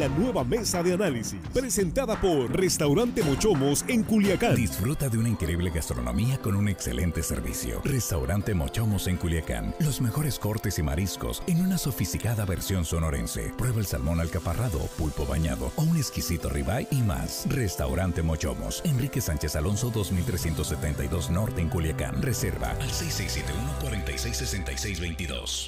la nueva mesa de análisis, presentada por Restaurante Mochomos en Culiacán. Disfruta de una increíble gastronomía con un excelente servicio. Restaurante Mochomos en Culiacán. Los mejores cortes y mariscos en una sofisticada versión sonorense. Prueba el salmón alcaparrado, pulpo bañado o un exquisito ribeye y más. Restaurante Mochomos, Enrique Sánchez Alonso 2372 Norte en Culiacán. Reserva al 6671-466622.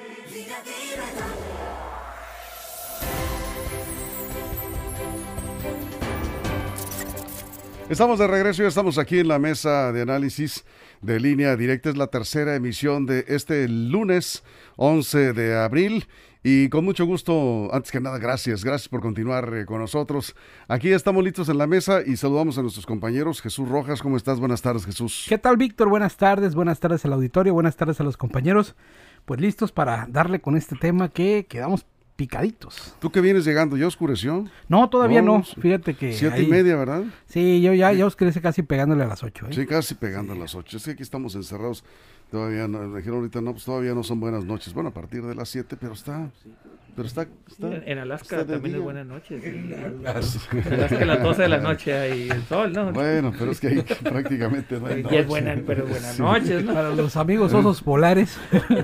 Estamos de regreso, ya estamos aquí en la mesa de análisis de Línea Directa. Es la tercera emisión de este lunes 11 de abril. Y con mucho gusto, antes que nada, gracias por continuar con nosotros. Aquí estamos listos en la mesa y saludamos a nuestros compañeros. Jesús Rojas, ¿cómo estás? Buenas tardes, Jesús. ¿Qué tal, Víctor? Buenas tardes al auditorio, buenas tardes a los compañeros. Pues listos para darle con este tema que quedamos picaditos. ¿Tú que vienes llegando? ¿Ya oscureció? No, todavía no. Fíjate que 7:30, ¿verdad? Sí, yo ya oscurece casi pegándole a las 8. Sí, casi pegando a las 8. Es que aquí estamos encerrados. Todavía no, me dijeron ahorita, no, pues todavía no son buenas noches. Bueno, a partir de las 7, pero está... En Alaska está también día. Es buenas noches. Sí. En Alaska a las 12 de la noche hay el sol, ¿no? Bueno, pero es que ahí prácticamente no hay noche. Es pero buenas noches, ¿no? Para los amigos osos polares.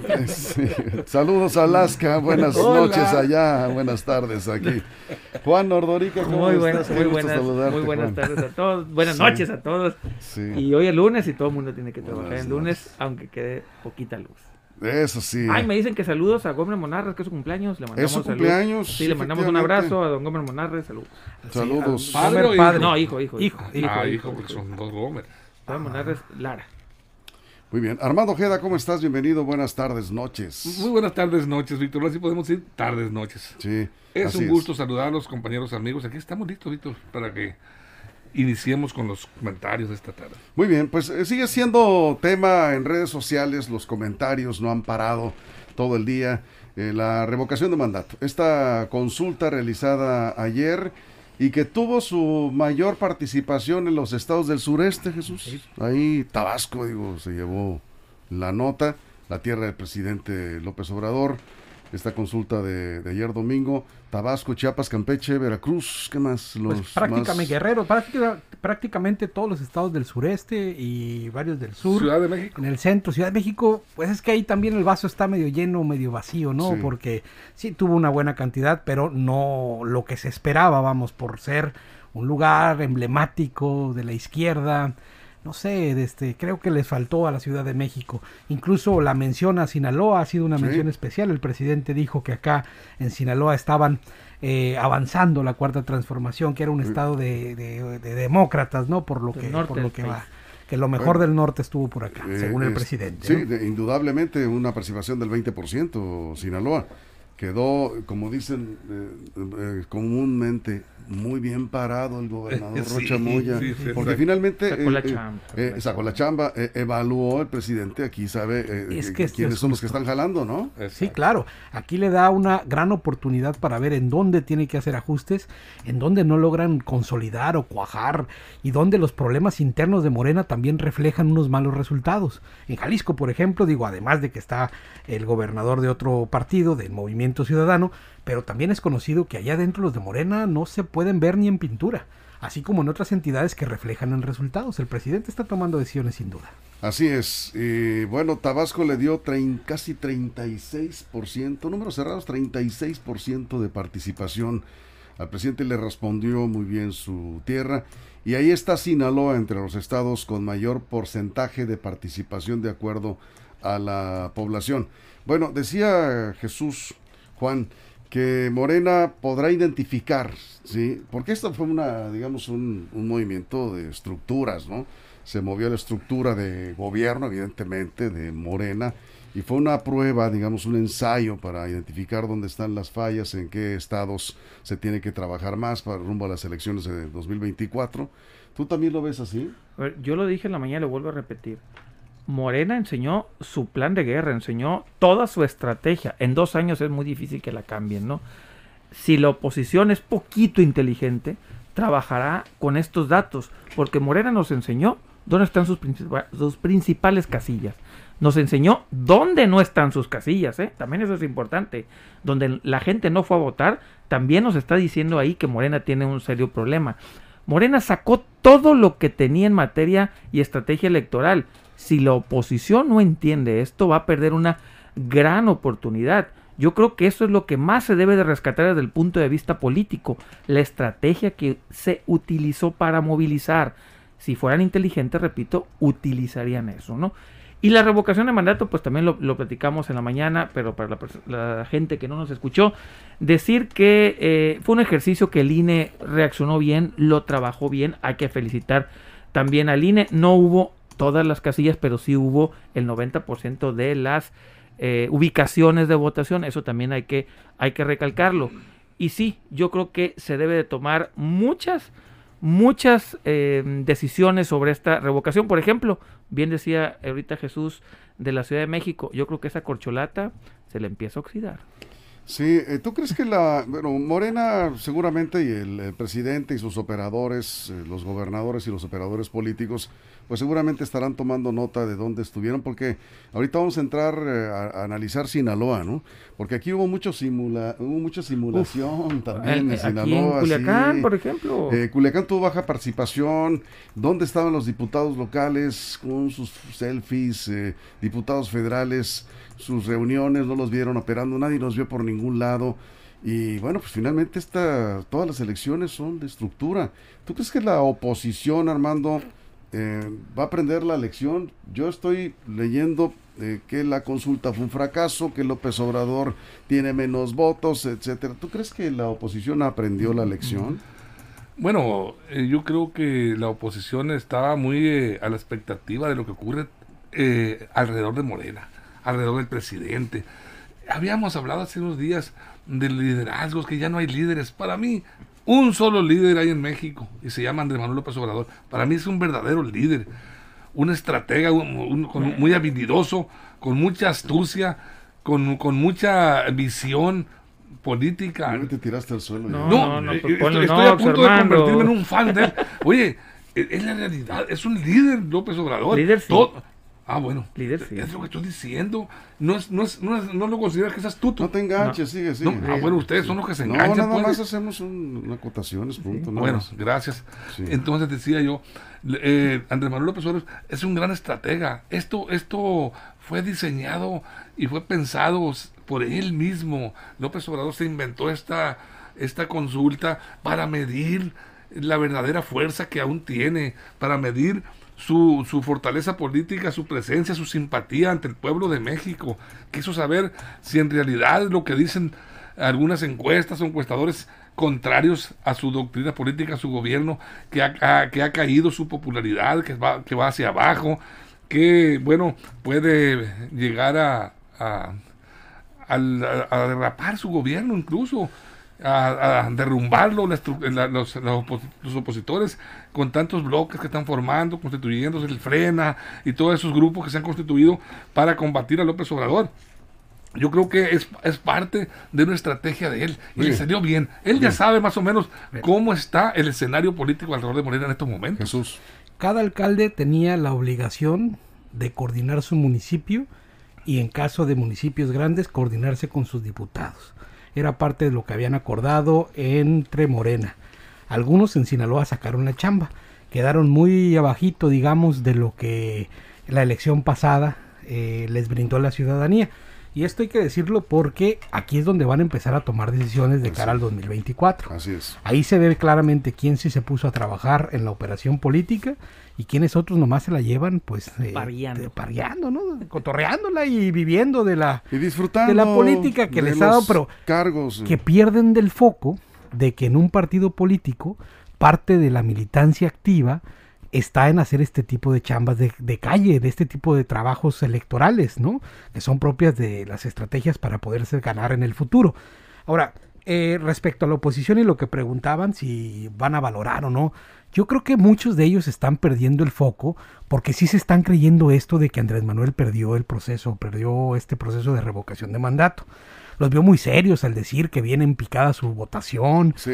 Sí. Saludos a Alaska, buenas noches allá, buenas tardes aquí. Juan Ordorica, ¿cómo estás? Muy buenas tardes a todos, buenas noches a todos. Sí. Y hoy es lunes y todo el mundo tiene que trabajar el lunes, aunque quede poquita luz. Eso sí. Ay, me dicen que saludos a Gómez Monarres, que es su cumpleaños. Le mandamos ¿Es su cumpleaños? Sí, le mandamos un abrazo a don Gómez Monarres. Saludos. Sí, padre. No, hijo, porque son dos Gómez. Gómez Monarres, Lara. Muy bien. Armando Ojeda, ¿cómo estás? Bienvenido. Buenas tardes, noches. Muy buenas tardes, noches, Víctor. Así podemos decir tardes, noches. Sí. Es un gusto saludarlos, compañeros, amigos. Aquí estamos listos, Víctor, para que iniciemos con los comentarios de esta tarde. Muy bien, pues sigue siendo tema en redes sociales, los comentarios no han parado todo el día, la revocación de mandato, esta consulta realizada ayer y que tuvo su mayor participación en los estados del sureste, Jesús. Sí. Ahí Tabasco, se llevó la nota, la tierra del presidente López Obrador. Esta consulta de ayer domingo, Tabasco, Chiapas, Campeche, Veracruz, ¿qué más? Guerrero, prácticamente todos los estados del sureste y varios del sur. Ciudad de México. En el centro, Ciudad de México, pues es que ahí también el vaso está medio lleno, medio vacío, ¿no? Sí. Porque sí tuvo una buena cantidad, pero no lo que se esperaba, vamos, por ser un lugar emblemático de la izquierda. No sé, creo que les faltó a la Ciudad de México. Incluso la mención a Sinaloa ha sido una mención especial. El presidente dijo que acá en Sinaloa estaban avanzando la Cuarta Transformación, que era un estado de demócratas, ¿no? Por lo que va. Que lo mejor del norte estuvo por acá, según el presidente. Sí, ¿no? Indudablemente una participación del 20%, Sinaloa. Quedó, como dicen comúnmente, muy bien parado el gobernador Rocha Moya, porque finalmente sacó la chamba, evaluó el presidente, aquí sabe quiénes son los que están jalando, ¿no? Exacto. Sí, claro, aquí le da una gran oportunidad para ver en dónde tiene que hacer ajustes, en dónde no logran consolidar o cuajar, y dónde los problemas internos de Morena también reflejan unos malos resultados. En Jalisco, por ejemplo, además de que está el gobernador de otro partido, del Movimiento Ciudadano, pero también es conocido que allá adentro los de Morena no se pueden ver ni en pintura, así como en otras entidades que reflejan en resultados. El presidente está tomando decisiones sin duda. Así es, y bueno, Tabasco le dio casi 36%, números cerrados, 36% de participación. Al presidente le respondió muy bien su tierra, y ahí está Sinaloa entre los estados con mayor porcentaje de participación de acuerdo a la población. Bueno, decía Jesús, Juan, que Morena podrá identificar, ¿sí? Porque esto fue un movimiento de estructuras, ¿no? Se movió la estructura de gobierno, evidentemente, de Morena, y fue una prueba, un ensayo para identificar dónde están las fallas, en qué estados se tiene que trabajar más para rumbo a las elecciones de 2024. ¿Tú también lo ves así? A ver, yo lo dije en la mañana y lo vuelvo a repetir. Morena enseñó su plan de guerra, enseñó toda su estrategia. En 2 años es muy difícil que la cambien, ¿no? Si la oposición es poquito inteligente, trabajará con estos datos, porque Morena nos enseñó dónde están sus principales casillas. Nos enseñó dónde no están sus casillas, ¿eh? También eso es importante. Donde la gente no fue a votar, también nos está diciendo ahí que Morena tiene un serio problema. Morena sacó todo lo que tenía en materia y estrategia electoral. Si la oposición no entiende esto, va a perder una gran oportunidad. Yo creo que eso es lo que más se debe de rescatar desde el punto de vista político. La estrategia que se utilizó para movilizar. Si fueran inteligentes, repito, utilizarían eso, ¿no? Y la revocación de mandato, pues también lo platicamos en la mañana, pero para la gente que no nos escuchó, decir que fue un ejercicio que el INE reaccionó bien, lo trabajó bien, hay que felicitar también al INE. No hubo todas las casillas, pero sí hubo el 90% de las ubicaciones de votación, eso también hay que recalcarlo. Y sí, yo creo que se debe de tomar muchas decisiones sobre esta revocación. Por ejemplo, bien decía ahorita Jesús de la Ciudad de México, yo creo que esa corcholata se le empieza a oxidar. Sí, ¿tú crees que Morena seguramente y el presidente y sus operadores, los gobernadores y los operadores políticos, pues seguramente estarán tomando nota de dónde estuvieron? Porque ahorita vamos a entrar a analizar Sinaloa, ¿no? Porque aquí hubo mucha simulación también en Sinaloa. Aquí en Culiacán, sí. Por ejemplo. Culiacán tuvo baja participación. ¿Dónde estaban los diputados locales con sus selfies? Diputados federales, sus reuniones, no los vieron operando, nadie los vio por ningún lado. Y bueno, pues finalmente todas las elecciones son de estructura. ¿Tú crees que la oposición, Armando, va a aprender la lección? Yo estoy leyendo que la consulta fue un fracaso, que López Obrador tiene menos votos, etcétera. ¿Tú crees que la oposición aprendió la lección? Bueno, yo creo que la oposición estaba muy a la expectativa de lo que ocurre alrededor de Morena, alrededor del presidente. Habíamos hablado hace unos días de liderazgos, que ya no hay líderes. Para mí, un solo líder hay en México y se llama Andrés Manuel López Obrador. Para mí es un verdadero líder, un estratega muy habilidoso, con mucha astucia, con mucha visión política. No te tiraste al suelo. Estoy a punto de convertirme en un fan de él. Oye, es la realidad, es un líder López Obrador. Líder sí. Bueno, líder, sí. Es lo que estoy diciendo. No lo consideras que es astuto. No te enganches, sigue. Bueno, ustedes son los que se enganchan. No, nada más hacemos una acotación, punto. Bueno, gracias. Sí. Entonces decía yo, Andrés Manuel López Obrador es un gran estratega. Esto fue diseñado y fue pensado por él mismo. López Obrador se inventó esta consulta para medir la verdadera fuerza que aún tiene, para medir su fortaleza política, su presencia, su simpatía ante el pueblo de México. Quiso saber si en realidad lo que dicen algunas encuestas o encuestadores contrarios a su doctrina política, a su gobierno, que ha caído su popularidad, que va hacia abajo, que bueno, puede llegar a derrapar su gobierno incluso, a derrumbarlo los opositores, con tantos bloques que están formando, constituyéndose el Frena y todos esos grupos que se han constituido para combatir a López Obrador. Yo creo que es parte de una estrategia de él y le salió bien. Él ya sabe más o menos cómo está el escenario político alrededor de Morena en estos momentos. Jesús. Cada alcalde tenía la obligación de coordinar su municipio y en caso de municipios grandes coordinarse con sus diputados. Era parte de lo que habían acordado entre Morena. Algunos en Sinaloa sacaron la chamba, quedaron muy abajito, digamos, de lo que la elección pasada les brindó a la ciudadanía. Y esto hay que decirlo porque aquí es donde van a empezar a tomar decisiones de cara al 2024. Así es. Ahí se ve claramente quién sí se puso a trabajar en la operación política y quiénes otros nomás se la llevan, pues, pargueando, ¿no? Cotorreándola y viviendo de la, y disfrutando de la política que les ha dado, pero cargos, que pierden del foco de que en un partido político parte de la militancia activa está en hacer este tipo de chambas de calle, de este tipo de trabajos electorales, ¿no? Que son propias de las estrategias para poderse ganar en el futuro. Ahora, respecto a la oposición y lo que preguntaban si van a valorar o no, yo creo que muchos de ellos están perdiendo el foco porque sí se están creyendo esto de que Andrés Manuel perdió este proceso de revocación de mandato. Los veo muy serios al decir que viene en picada su votación. Sí.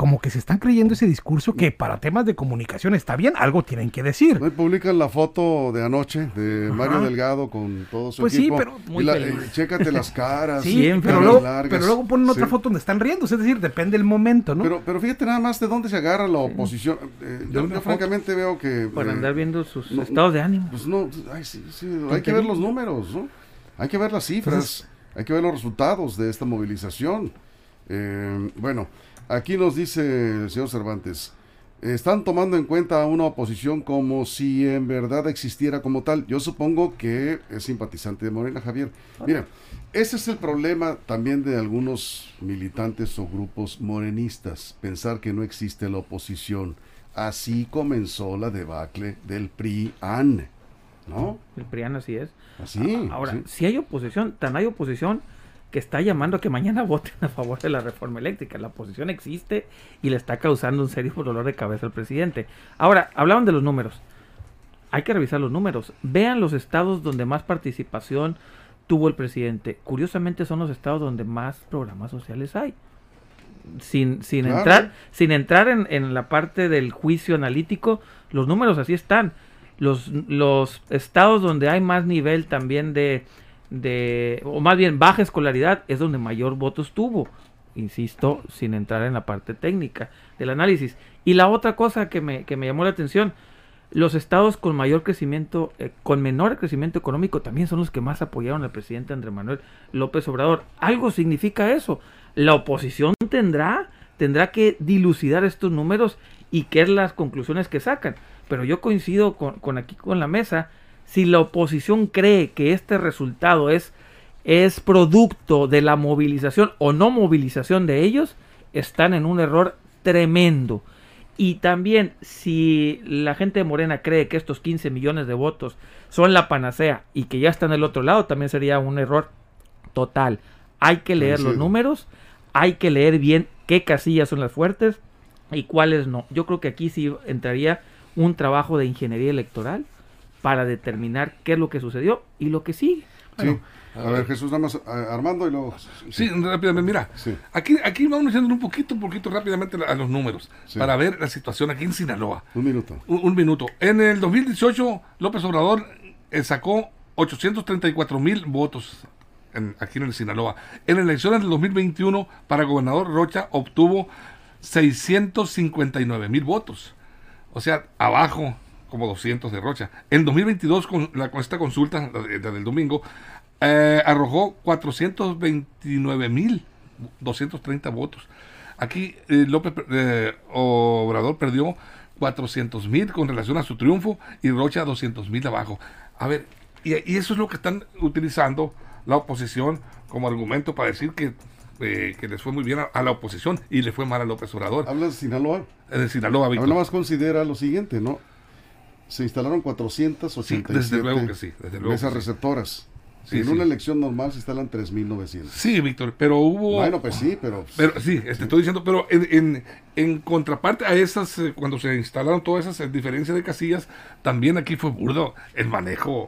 como que se están creyendo ese discurso que para temas de comunicación está bien, algo tienen que decir. Hoy publican la foto de anoche de Mario Delgado con todo su pues equipo. Sí, pero muy chécate las caras. Sí, pero luego ponen otra foto donde están riendo, es decir, depende del momento, ¿no? Pero fíjate nada más de dónde se agarra la oposición. Yo francamente veo que... Para andar viendo sus estados de ánimo. Pues no, hay que ver los números, ¿no? Hay que ver las cifras, hay que ver los resultados de esta movilización. Bueno, aquí nos dice el señor Cervantes, están tomando en cuenta a una oposición como si en verdad existiera como tal. Yo supongo que es simpatizante de Morena, Javier. Mira, ese es el problema también de algunos militantes o grupos morenistas, pensar que no existe la oposición. Así comenzó la debacle del PRI-AN, ¿no? El PRI-AN así es. Así. Ahora, sí. si hay oposición, tan hay oposición que está llamando a que mañana voten a favor de la reforma eléctrica. La oposición existe y le está causando un serio dolor de cabeza al presidente. Ahora, hablaban de los números. Hay que revisar los números. Vean los estados donde más participación tuvo el presidente. Curiosamente son los estados donde más programas sociales hay. Sin entrar en la parte del juicio analítico, los números así están. Los estados donde hay más nivel también o más bien baja escolaridad, es donde mayor votos tuvo, insisto, sin entrar en la parte técnica del análisis. Y la otra cosa que me llamó la atención, los estados con mayor crecimiento, con menor crecimiento económico, también son los que más apoyaron al presidente Andrés Manuel López Obrador. Algo significa eso. La oposición tendrá que dilucidar estos números y qué es las conclusiones que sacan. Pero yo coincido con la mesa. Si la oposición cree que este resultado es producto de la movilización o no movilización de ellos, están en un error tremendo. Y también, si la gente de Morena cree que estos 15 millones de votos son la panacea y que ya están del otro lado, también sería un error total. Hay que leer los números, hay que leer bien qué casillas son las fuertes y cuáles no. Yo creo que aquí sí entraría un trabajo de ingeniería electoral para determinar qué es lo que sucedió y lo que sigue. Bueno, sí. A ver, Jesús, nada más Armando y luego... Sí, rápidamente, mira, sí. Aquí vamos diciendo un poquito rápidamente a los números, para ver la situación aquí en Sinaloa. Un minuto. Un minuto. En el 2018, López Obrador sacó 834,000 votos aquí en el Sinaloa. En las elecciones del 2021, para gobernador, Rocha obtuvo 659,000 votos. O sea, abajo como 200 de Rocha. En 2022, con esta consulta, la del domingo, arrojó 429,230 votos. Aquí López Obrador perdió 400,000 con relación a su triunfo y Rocha 200,000 abajo. A ver, y eso es lo que están utilizando la oposición como argumento para decir que les fue muy bien a la oposición y le fue mal a López Obrador. ¿Hablas de Sinaloa? De Sinaloa, Víctor. Nada más considera lo siguiente, ¿no? Se instalaron 487 desde luego que sí, mesas receptoras. Sí, en una elección normal se instalan 3,900. Sí, Víctor, pero hubo... Bueno, pues sí, pero sí, estoy diciendo, pero en contraparte a esas, cuando se instalaron todas esas diferencias de casillas, también aquí fue burdo el manejo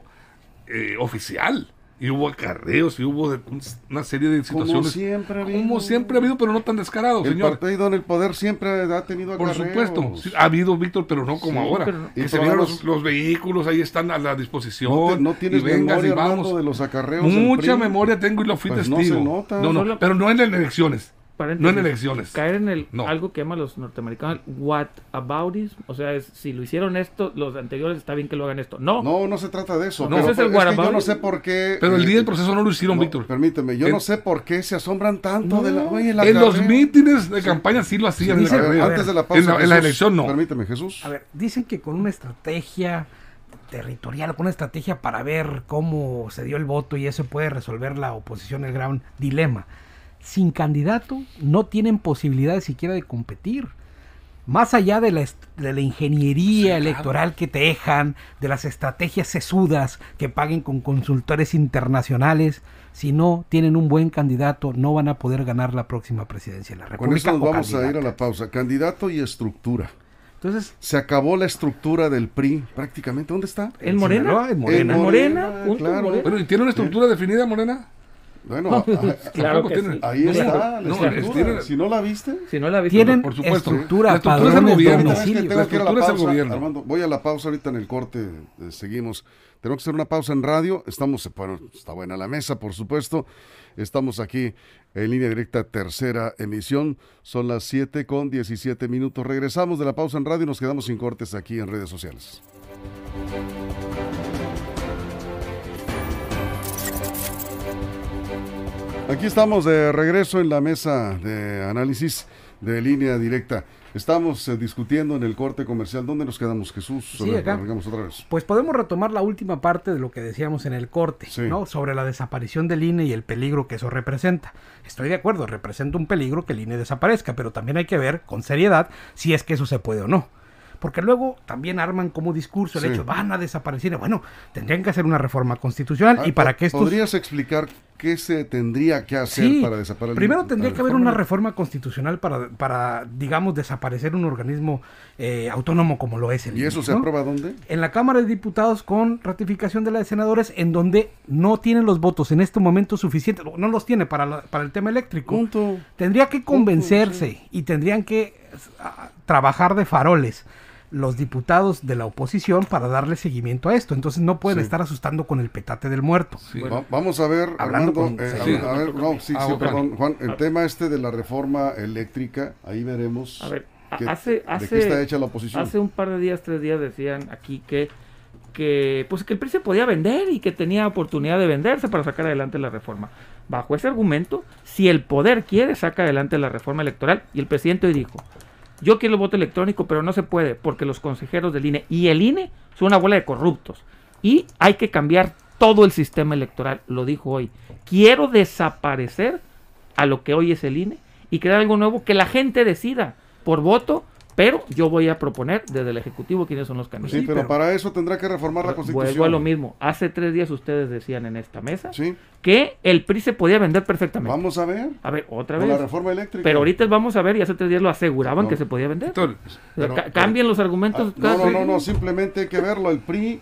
oficial. Y hubo acarreos, y hubo una serie de situaciones. Como siempre ha habido, pero no tan descarado, señor. El partido en el poder siempre ha tenido acarreos. Por supuesto, sí, ha habido, Víctor, pero no como ahora. Que se vieron los vehículos, ahí están a la disposición. No tienes memoria, Armando, de los acarreos. Mucha memoria tengo y lo fui testigo. No se nota. No, pero no en las elecciones. No en elecciones. Caer en algo que llaman los norteamericanos whataboutism, o sea, si lo hicieron esto, los anteriores está bien que lo hagan esto. No se trata de eso. No, ese es el whataboutism. Yo no sé por qué. Pero el día del proceso no lo hicieron, Víctor. Permíteme, yo no sé por qué se asombran tanto en los mítines de campaña sí lo hacían. Antes de la pausa. En la elección no. Permíteme, Jesús. A ver, dicen que con una estrategia territorial, con una estrategia para ver cómo se dio el voto y eso puede resolver la oposición, el gran dilema. Sin candidato no tienen posibilidades siquiera de competir. Más allá de la ingeniería electoral que tejan, de las estrategias sesudas que paguen con consultores internacionales, si no tienen un buen candidato, no van a poder ganar la próxima presidencia de la República. Con eso nos vamos a ir a la pausa. Candidato y estructura. Entonces, se acabó la estructura del PRI prácticamente. ¿Dónde está? ¿En Morena? En Morena. Claro. Bueno, ¿y tiene una estructura definida, Morena? Bueno, claro que sí. ahí está la No, estructura. Si no la viste, Si no la viste, Tienen por supuesto. estructura, La estructura es el padrones, gobierno. domicilio. tengo que ir a la estructura es el pausa. gobierno. Armando, voy a la pausa ahorita en el corte, seguimos. Tenemos que hacer una pausa en radio. Estamos, bueno, está buena la mesa, por supuesto. Estamos aquí en Línea Directa, tercera emisión. Son las 7:17. Regresamos de la pausa en radio y nos quedamos sin cortes aquí en redes sociales. Aquí estamos de regreso en la mesa de análisis de Línea Directa. Estamos discutiendo en el corte comercial. ¿Dónde nos quedamos, Jesús? Sí, acá. Arrancamos otra vez. Pues podemos retomar la última parte de lo que decíamos en el corte, Sí. ¿no? Sobre la desaparición del INE y el peligro que eso representa. Estoy de acuerdo, representa un peligro que el INE desaparezca, pero también hay que ver con seriedad si es que eso se puede o no. Porque luego también arman como discurso el Sí. hecho, van a desaparecer. Bueno, tendrían que hacer una reforma constitucional y para que estos... ¿Podrías explicar qué se tendría que hacer Sí, para desaparecer? primero tendría que haber una reforma constitucional para digamos, desaparecer un organismo autónomo como lo es el ¿Y INE, eso se ¿no? aprueba dónde? En la Cámara de Diputados con ratificación de la de senadores, en donde no tienen los votos en este momento suficientes, no los tiene para el tema eléctrico. Punto. Tendría que convencerse y tendrían que trabajar de faroles los diputados de la oposición para darle seguimiento a esto. Entonces no pueden Sí. estar asustando con el petate del muerto. Sí. Vamos a ver, Hablando Armando, con- sí. a ver, no, sí, Ah, sí, ok. perdón, Juan, el tema de la reforma eléctrica, ahí veremos A ver, qué- hace, de qué está hecha la oposición. hace un par de días, 3 días decían aquí que pues que el PRI se podía vender y que tenía oportunidad de venderse para sacar adelante la reforma. Bajo ese argumento, si el poder quiere, saca adelante la reforma electoral. Y el presidente hoy dijo, yo quiero el voto electrónico, pero no se puede porque los consejeros del INE y el INE son una bola de corruptos. Y hay que cambiar todo el sistema electoral, lo dijo hoy. Quiero desaparecer a lo que hoy es el INE y crear algo nuevo que la gente decida por voto, pero yo voy a proponer desde el Ejecutivo quiénes son los candidatos. Sí, pero para eso tendrá que reformar la Constitución. Vuelvo a lo mismo. Hace 3 días ustedes decían en esta mesa Sí, que el PRI se podía vender perfectamente. vamos a ver. A ver, otra Con vez. la reforma eléctrica. Pero ahorita vamos a ver y hace 3 días lo aseguraban No. que se podía vender. Héctor, O sea, pero- cambien los argumentos. No, simplemente hay que verlo. El PRI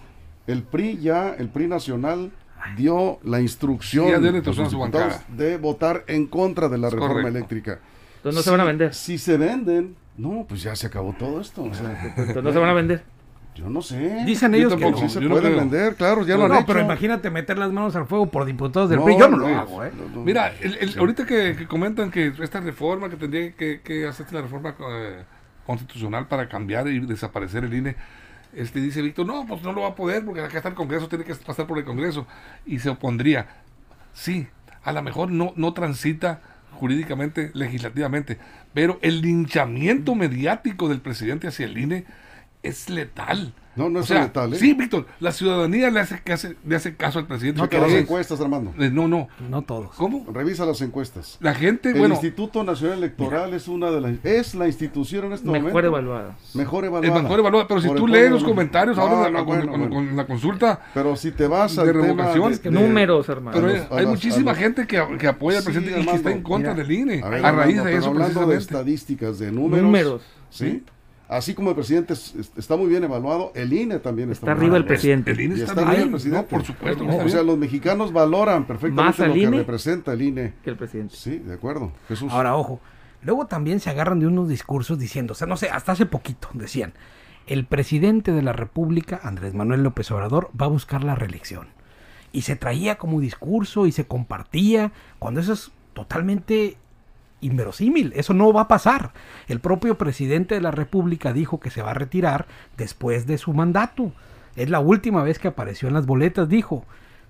nacional dio la instrucción, Sí, ya dio la a instrucción los a su diputados bancada. de votar en contra de la Es reforma correcto. eléctrica. Entonces no se van a vender. Si se venden, no, pues ya se acabó todo esto. O sea, Entonces no se van a vender. yo no sé. Dicen Yo ellos que tampoco. no. Sí se yo no pueden creo. vender, claro, ya lo han No, hecho. pero imagínate meter las manos al fuego por diputados del No, PRI. Yo no lo no, hago, ¿eh? no. Mira, ahorita que comentan que esta reforma, que tendría que hacerse la reforma constitucional para cambiar y desaparecer el INE, dice Víctor, no, pues no lo va a poder porque acá está el Congreso, tiene que pasar por el Congreso y se opondría. Sí, a lo mejor no transita jurídicamente, legislativamente, pero el linchamiento mediático del presidente hacia el INE es letal. No, no es O sea, letal, ¿eh? Sí, Víctor, la ciudadanía le hace caso al presidente. Checa ¿Qué las es? encuestas, Armando. No. No todos. ¿Cómo? Revisa las encuestas. La gente, El bueno, Instituto Nacional Electoral es una de las... Es la institución en este Mejor momento evaluada. mejor es evaluada. mejor evaluada, pero si Por tú el lees pueblo los de comentarios México. ahora No, bueno. con la consulta, Pero si te vas de al tema revocación, Números, hermano. pero a hay los- muchísima a los- gente que apoya al Sí, presidente y que Armando, está en contra mira, del INE, A ver, a raíz Armando, de pero eso hablando de precisamente. estadísticas, de números. Números. ¿Sí? Así como el presidente está muy bien evaluado, el INE también está, Está muy arriba el bien. presidente. El INE Y está está bien, bien, presidente. no, por supuesto. que O está sea, bien. los mexicanos valoran Más perfectamente al lo que INE representa el INE. Que el presidente. Sí, de acuerdo. Jesús. Ahora, ojo, luego también se agarran de unos discursos diciendo, o sea, no sé, hasta hace poquito decían, el presidente de la República, Andrés Manuel López Obrador, va a buscar la reelección. Y se traía como discurso y se compartía, cuando eso es totalmente inverosímil, eso no va a pasar. El propio presidente de la República dijo que se va a retirar después de su mandato. Es la última vez que apareció en las boletas, dijo.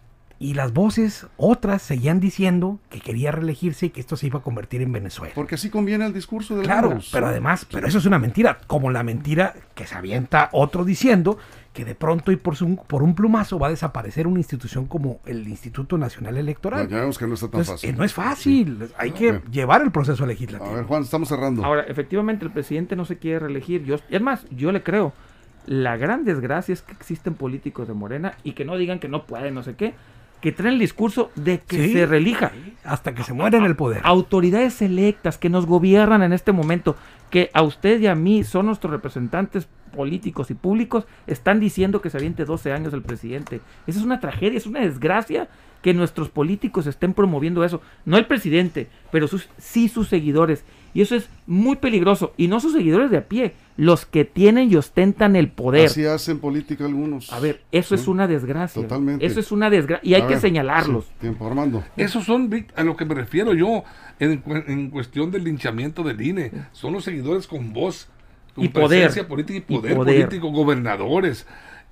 Y las voces, otras, seguían diciendo que quería reelegirse y que esto se iba a convertir en Venezuela. Porque así conviene el discurso de Claro, Lagos. pero además, pero eso es una mentira, como la mentira que se avienta otro diciendo que de pronto y por un plumazo va a desaparecer una institución como el Instituto Nacional Electoral. Ya vemos que no está tan Entonces, fácil. no es fácil, hay que llevar el proceso legislativo. A ver, Juan, estamos cerrando. Ahora, efectivamente, el presidente no se quiere reelegir. Es más, yo le creo. La gran desgracia es que existen políticos de Morena y que no digan que no pueden, no sé qué. que traen el discurso de que se reelija. Hasta que se muera en el poder. Autoridades electas que nos gobiernan en este momento, que a usted y a mí son nuestros representantes políticos y públicos, están diciendo que se aviente 12 años el presidente. Esa es una tragedia, es una desgracia que nuestros políticos estén promoviendo eso. No el presidente, pero sí sus seguidores. Y eso es muy peligroso. Y no sus seguidores de a pie, los que tienen y ostentan el poder. Así hacen política algunos. A ver, eso es una desgracia. Totalmente. Eso es una desgracia. Y hay que señalarlos. Tiempo, Armando. Esos son a lo que me refiero yo en cuestión del linchamiento del INE. Son los seguidores con voz, con y presencia poder. política y poder político, gobernadores.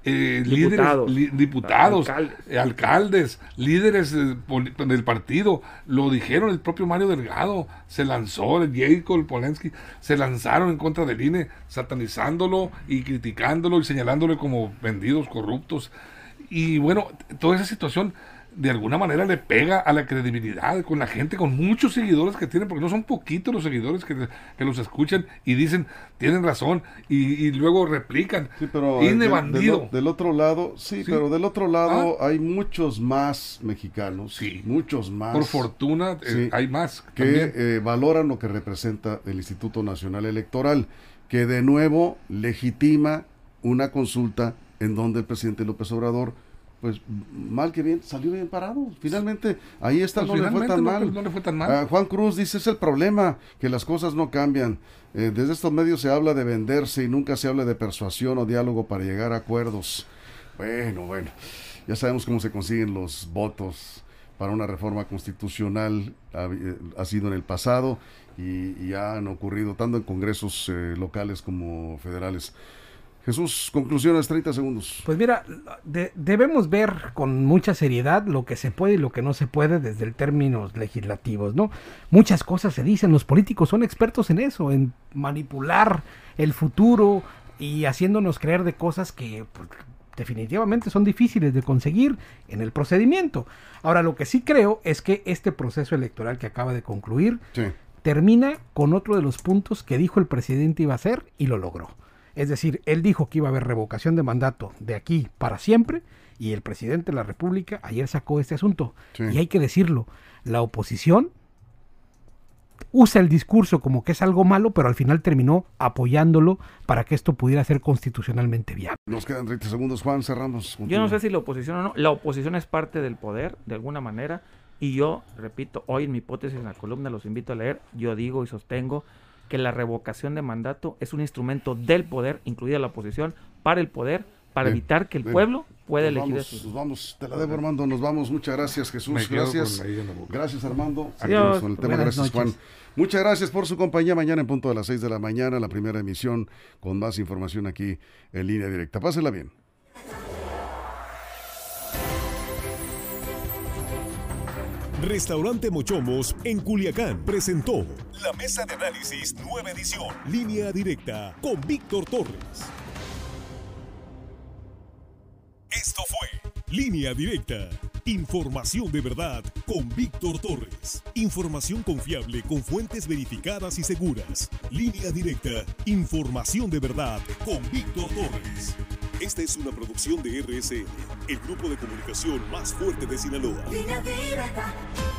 Diputados, alcaldes, líderes del partido, lo dijeron el propio Mario Delgado, se lanzó, el Jacob Polensky, se lanzaron en contra del INE, satanizándolo y criticándolo y señalándole como vendidos, corruptos. Y bueno, toda esa situación de alguna manera le pega a la credibilidad con la gente, con muchos seguidores que tienen, porque no son poquitos los seguidores que los escuchan y dicen, tienen razón, y luego replican. Sí, pero INE bandido. Del otro lado, pero del otro lado hay muchos más mexicanos, muchos más. Por fortuna hay más. Que valoran lo que representa el Instituto Nacional Electoral, que de nuevo legitima una consulta en donde el presidente López Obrador, pues mal que bien, salió bien parado. Finalmente, ahí está, pues no le fue tan mal. No le fue tan mal. Juan Cruz dice, es el problema, que las cosas no cambian. Desde estos medios se habla de venderse y nunca se habla de persuasión o diálogo para llegar a acuerdos. Bueno, ya sabemos cómo se consiguen los votos para una reforma constitucional, ha sido en el pasado y han ocurrido tanto en congresos locales como federales. Jesús, conclusiones, 30 segundos. Pues mira, debemos ver con mucha seriedad lo que se puede y lo que no se puede desde el términos legislativos, ¿no? Muchas cosas se dicen, los políticos son expertos en eso, en manipular el futuro y haciéndonos creer de cosas que pues, definitivamente son difíciles de conseguir en el procedimiento. Ahora, lo que sí creo es que este proceso electoral que acaba de concluir termina con otro de los puntos que dijo el presidente iba a hacer y lo logró. Es decir, él dijo que iba a haber revocación de mandato de aquí para siempre y el presidente de la República ayer sacó este asunto. Y hay que decirlo, la oposición usa el discurso como que es algo malo, pero al final terminó apoyándolo para que esto pudiera ser constitucionalmente viable. Nos quedan 30 segundos, Juan, cerramos. Yo no sé si la oposición o no, la oposición es parte del poder, de alguna manera, y yo, repito, hoy en mi hipótesis en la columna, los invito a leer, yo digo y sostengo que la revocación de mandato es un instrumento del poder, incluida la oposición, para el poder, para evitar que el pueblo pueda elegir eso. Nos vamos, te la debo, Armando, nos vamos. Muchas gracias, Jesús. Gracias. Gracias, Armando. Adiós. Con el tema. Gracias, Juan. Muchas gracias por su compañía. Mañana en punto de las 6 de la mañana, la primera emisión con más información aquí en Línea Directa. Pásela bien. Restaurante Mochomos en Culiacán presentó la mesa de análisis nueva edición, Línea Directa con Víctor Torres. Esto fue Línea Directa, información de verdad con Víctor Torres. Información confiable con fuentes verificadas y seguras. Línea Directa, información de verdad con Víctor Torres. Esta es una producción de RSN, el grupo de comunicación más fuerte de Sinaloa. Línea Directa.